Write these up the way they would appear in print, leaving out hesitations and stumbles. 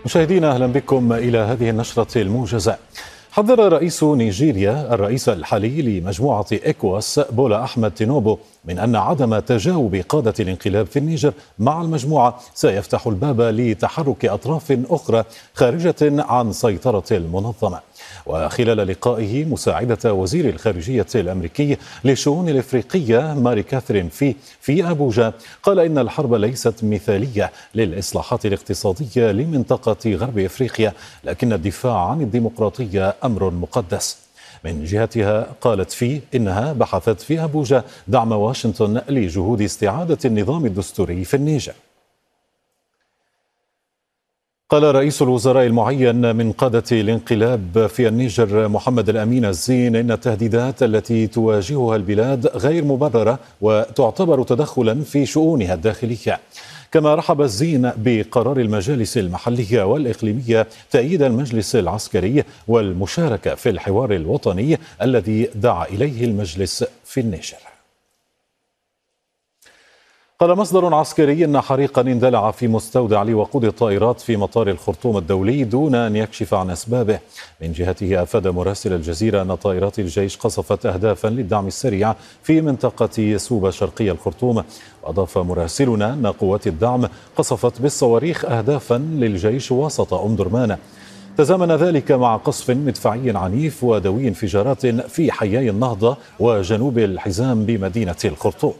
مشاهدينا أهلا بكم إلى هذه النشرة الموجزة. حذر رئيس نيجيريا الرئيس الحالي لمجموعة إيكواس بولا أحمد تينوبو من أن عدم تجاوب قادة الانقلاب في النيجر مع المجموعة سيفتح الباب لتحرك أطراف أخرى خارجة عن سيطرة المنظمة. وخلال لقائه مساعدة وزير الخارجية الأمريكي للشؤون الإفريقية ماري كاثرين في أبوجا قال إن الحرب ليست مثالية للإصلاحات الاقتصادية لمنطقة غرب إفريقيا، لكن الدفاع عن الديمقراطية أمر مقدس. من جهتها قالت إنها بحثت في أبوجا دعم واشنطن لجهود استعادة النظام الدستوري في النيجر. قال رئيس الوزراء المعين من قادة الانقلاب في النيجر محمد الأمين الزين إن التهديدات التي تواجهها البلاد غير مبررة وتعتبر تدخلا في شؤونها الداخلية. كما رحب الزين بقرار المجالس المحلية والإقليمية تأييد المجلس العسكري والمشاركة في الحوار الوطني الذي دعا إليه المجلس في النيجر. قال مصدر عسكري إن حريقا اندلع في مستودع لوقود الطائرات في مطار الخرطوم الدولي دون أن يكشف عن أسبابه. من جهته أفاد مراسل الجزيرة أن طائرات الجيش قصفت أهدافا للدعم السريع في منطقة سوبا شرقي الخرطوم. وأضاف مراسلنا أن قوات الدعم قصفت بالصواريخ أهدافا للجيش وسط أم درمان. تزامن ذلك مع قصف مدفعي عنيف ودوي انفجارات في حيي النهضة وجنوب الحزام بمدينة الخرطوم.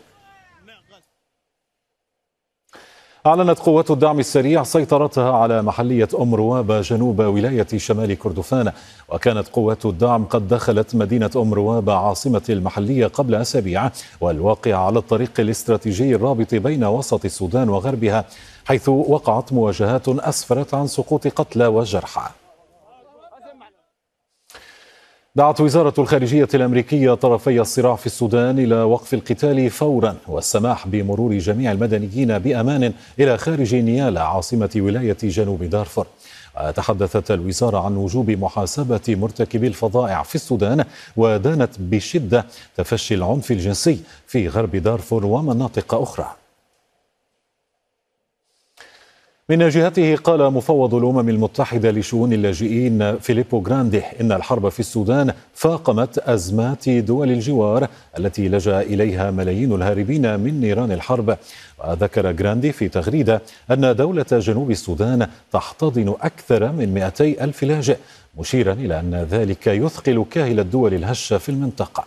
أعلنت قوات الدعم السريع سيطرتها على محلية أم روابة جنوب ولاية شمال كردفان. وكانت قوات الدعم قد دخلت مدينة أم روابة عاصمة المحلية قبل أسابيع، والواقع على الطريق الاستراتيجي الرابط بين وسط السودان وغربها، حيث وقعت مواجهات أسفرت عن سقوط قتلى وجرحى. دعت وزارة الخارجية الأمريكية طرفي الصراع في السودان إلى وقف القتال فورا والسماح بمرور جميع المدنيين بأمان إلى خارج نيالا عاصمة ولاية جنوب دارفور. تحدثت الوزارة عن وجوب محاسبة مرتكبي الفظائع في السودان، ودانت بشدة تفشي العنف الجنسي في غرب دارفور ومناطق أخرى. من جهته قال مفوض الأمم المتحدة لشؤون اللاجئين فيليبو غراندي إن الحرب في السودان فاقمت أزمات دول الجوار التي لجأ إليها ملايين الهاربين من نيران الحرب. وذكر غراندي في تغريدة أن دولة جنوب السودان تحتضن أكثر من 200 ألف لاجئ، مشيرا إلى أن ذلك يثقل كاهل الدول الهشة في المنطقة.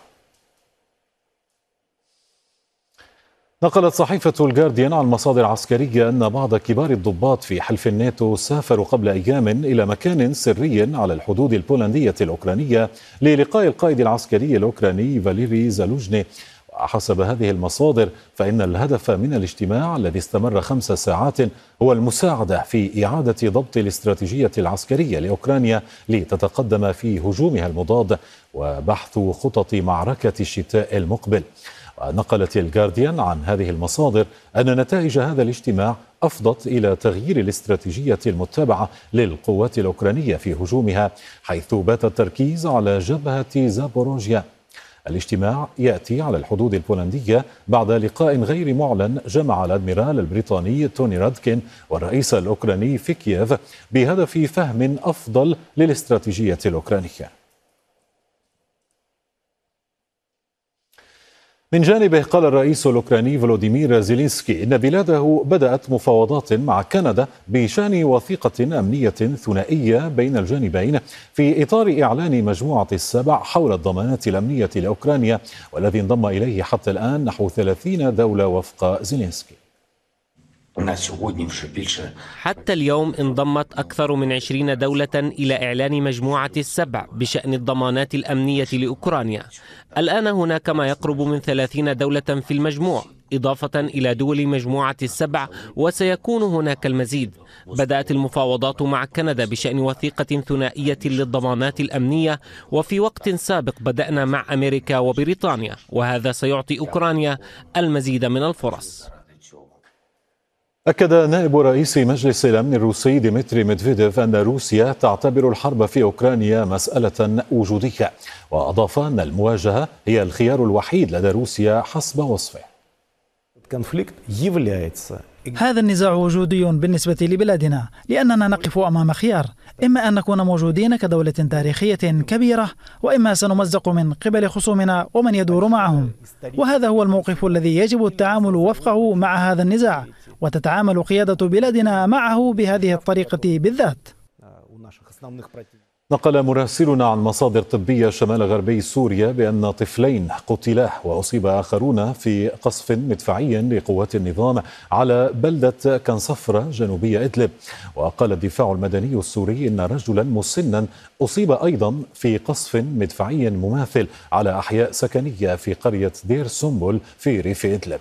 نقلت صحيفة الجارديان عن مصادر عسكرية أن بعض كبار الضباط في حلف الناتو سافروا قبل أيام إلى مكان سري على الحدود البولندية الأوكرانية للقاء القائد العسكري الأوكراني فاليري زالوجني. وحسب هذه المصادر فإن الهدف من الاجتماع الذي استمر 5 ساعات هو المساعدة في إعادة ضبط الاستراتيجية العسكرية لأوكرانيا لتتقدم في هجومها المضاد وبحث خطط معركة الشتاء المقبل. ونقلت الجارديان عن هذه المصادر أن نتائج هذا الاجتماع أفضت إلى تغيير الاستراتيجية المتبعة للقوات الأوكرانية في هجومها، حيث بات التركيز على جبهة زابوروجيا. الاجتماع يأتي على الحدود البولندية بعد لقاء غير معلن جمع الأدميرال البريطاني توني رادكين والرئيس الأوكراني في كييف بهدف فهم أفضل للاستراتيجية الأوكرانية. من جانبه قال الرئيس الأوكراني فلوديمير زيلينسكي إن بلاده بدأت مفاوضات مع كندا بشأن وثيقة أمنية ثنائية بين الجانبين في إطار إعلان مجموعة السبع حول الضمانات الأمنية لأوكرانيا، والذي انضم إليه حتى الآن نحو 30 دولة وفق زيلينسكي. حتى اليوم انضمت أكثر من 20 دولة إلى إعلان مجموعة السبع بشأن الضمانات الأمنية لأوكرانيا. الآن هناك ما يقرب من 30 دولة في المجموع إضافة إلى دول مجموعة السبع، وسيكون هناك المزيد. بدأت المفاوضات مع كندا بشأن وثيقة ثنائية للضمانات الأمنية، وفي وقت سابق بدأنا مع أمريكا وبريطانيا، وهذا سيعطي أوكرانيا المزيد من الفرص. أكد نائب رئيس مجلس الأمن الروسي ديمتري ميدفيديف أن روسيا تعتبر الحرب في أوكرانيا مسألة وجودية، وأضاف أن المواجهة هي الخيار الوحيد لدى روسيا حسب وصفه. هذا النزاع وجودي بالنسبة لبلادنا، لأننا نقف أمام خيار: إما أن نكون موجودين كدولة تاريخية كبيرة، وإما سنمزق من قبل خصومنا ومن يدور معهم. وهذا هو الموقف الذي يجب التعامل وفقه مع هذا النزاع، وتتعامل قيادة بلادنا معه بهذه الطريقة بالذات. نقل مراسلنا عن مصادر طبية شمال غربي سوريا بأن طفلين قتلا وأصيب آخرون في قصف مدفعي لقوات النظام على بلدة كنصفرة جنوبية إدلب. وقال الدفاع المدني السوري إن رجلا مسنا أصيب أيضا في قصف مدفعي مماثل على أحياء سكنية في قرية دير سنبل في ريف إدلب.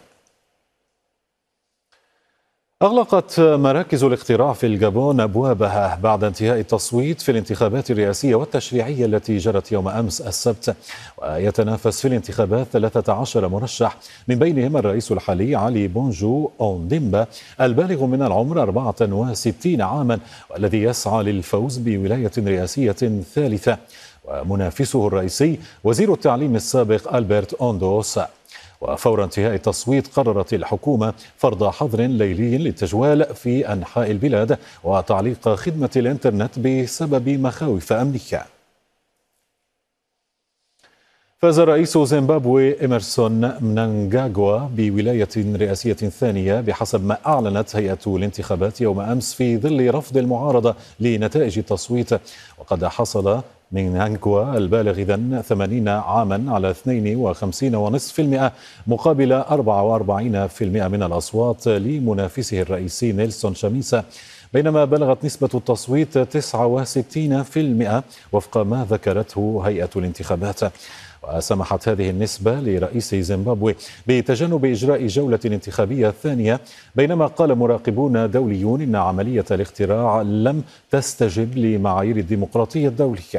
أغلقت مراكز الاقتراع في الجابون أبوابها بعد انتهاء التصويت في الانتخابات الرئاسية والتشريعية التي جرت يوم أمس السبت. ويتنافس في الانتخابات 13 مرشح، من بينهم الرئيس الحالي علي بونجو أونديمبا البالغ من العمر 64 عاما، والذي يسعى للفوز بولاية رئاسية ثالثة، ومنافسه الرئيسي وزير التعليم السابق ألبرت أوندوسا. وفور انتهاء التصويت قررت الحكومة فرض حظر ليلي للتجوال في أنحاء البلاد وتعليق خدمة الإنترنت بسبب مخاوف أمنية. فاز رئيس زيمبابوي إميرسون منانغاغوا بولاية رئاسية ثانية بحسب ما أعلنت هيئة الانتخابات يوم أمس في ظل رفض المعارضة لنتائج التصويت. وقد حصل منانغاغوا البالغ إذن 80 عاما على 52.5% مقابل 44% من الأصوات لمنافسه الرئيسي نيلسون شاميسا، بينما بلغت نسبة التصويت 69% وفق ما ذكرته هيئة الانتخابات. وسمحت هذه النسبة لرئيس زيمبابوي بتجنب إجراء جولة انتخابية ثانية، بينما قال مراقبون دوليون إن عملية الاقتراع لم تستجب لمعايير الديمقراطية الدولية.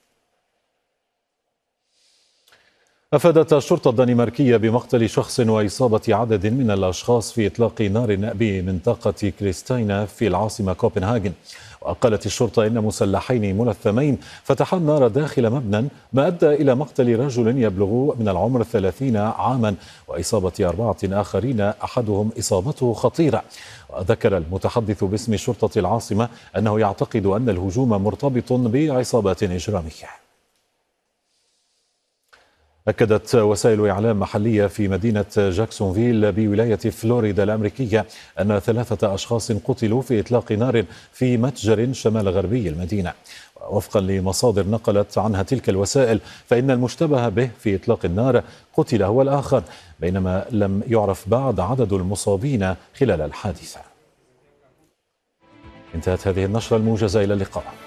أفادت الشرطة الدنماركية بمقتل شخص وإصابة عدد من الأشخاص في إطلاق نار بمنطقة كريستينا في العاصمة كوبنهاغن. وقالت الشرطة إن مسلحين ملثمين فتحا النار داخل مبنى، ما أدى إلى مقتل رجل يبلغ من العمر 30 عاما وإصابة 4 آخرين، أحدهم إصابته خطيرة. وذكر المتحدث باسم شرطة العاصمة أنه يعتقد أن الهجوم مرتبط بعصابات إجرامية. أكدت وسائل إعلام محلية في مدينة جاكسونفيل بولاية فلوريدا الأمريكية أن 3 أشخاص قتلوا في إطلاق نار في متجر شمال غربي المدينة. وفقا لمصادر نقلت عنها تلك الوسائل فإن المشتبه به في إطلاق النار قتل هو الآخر، بينما لم يعرف بعد عدد المصابين خلال الحادثة. انتهت هذه النشرة الموجزة، إلى اللقاء.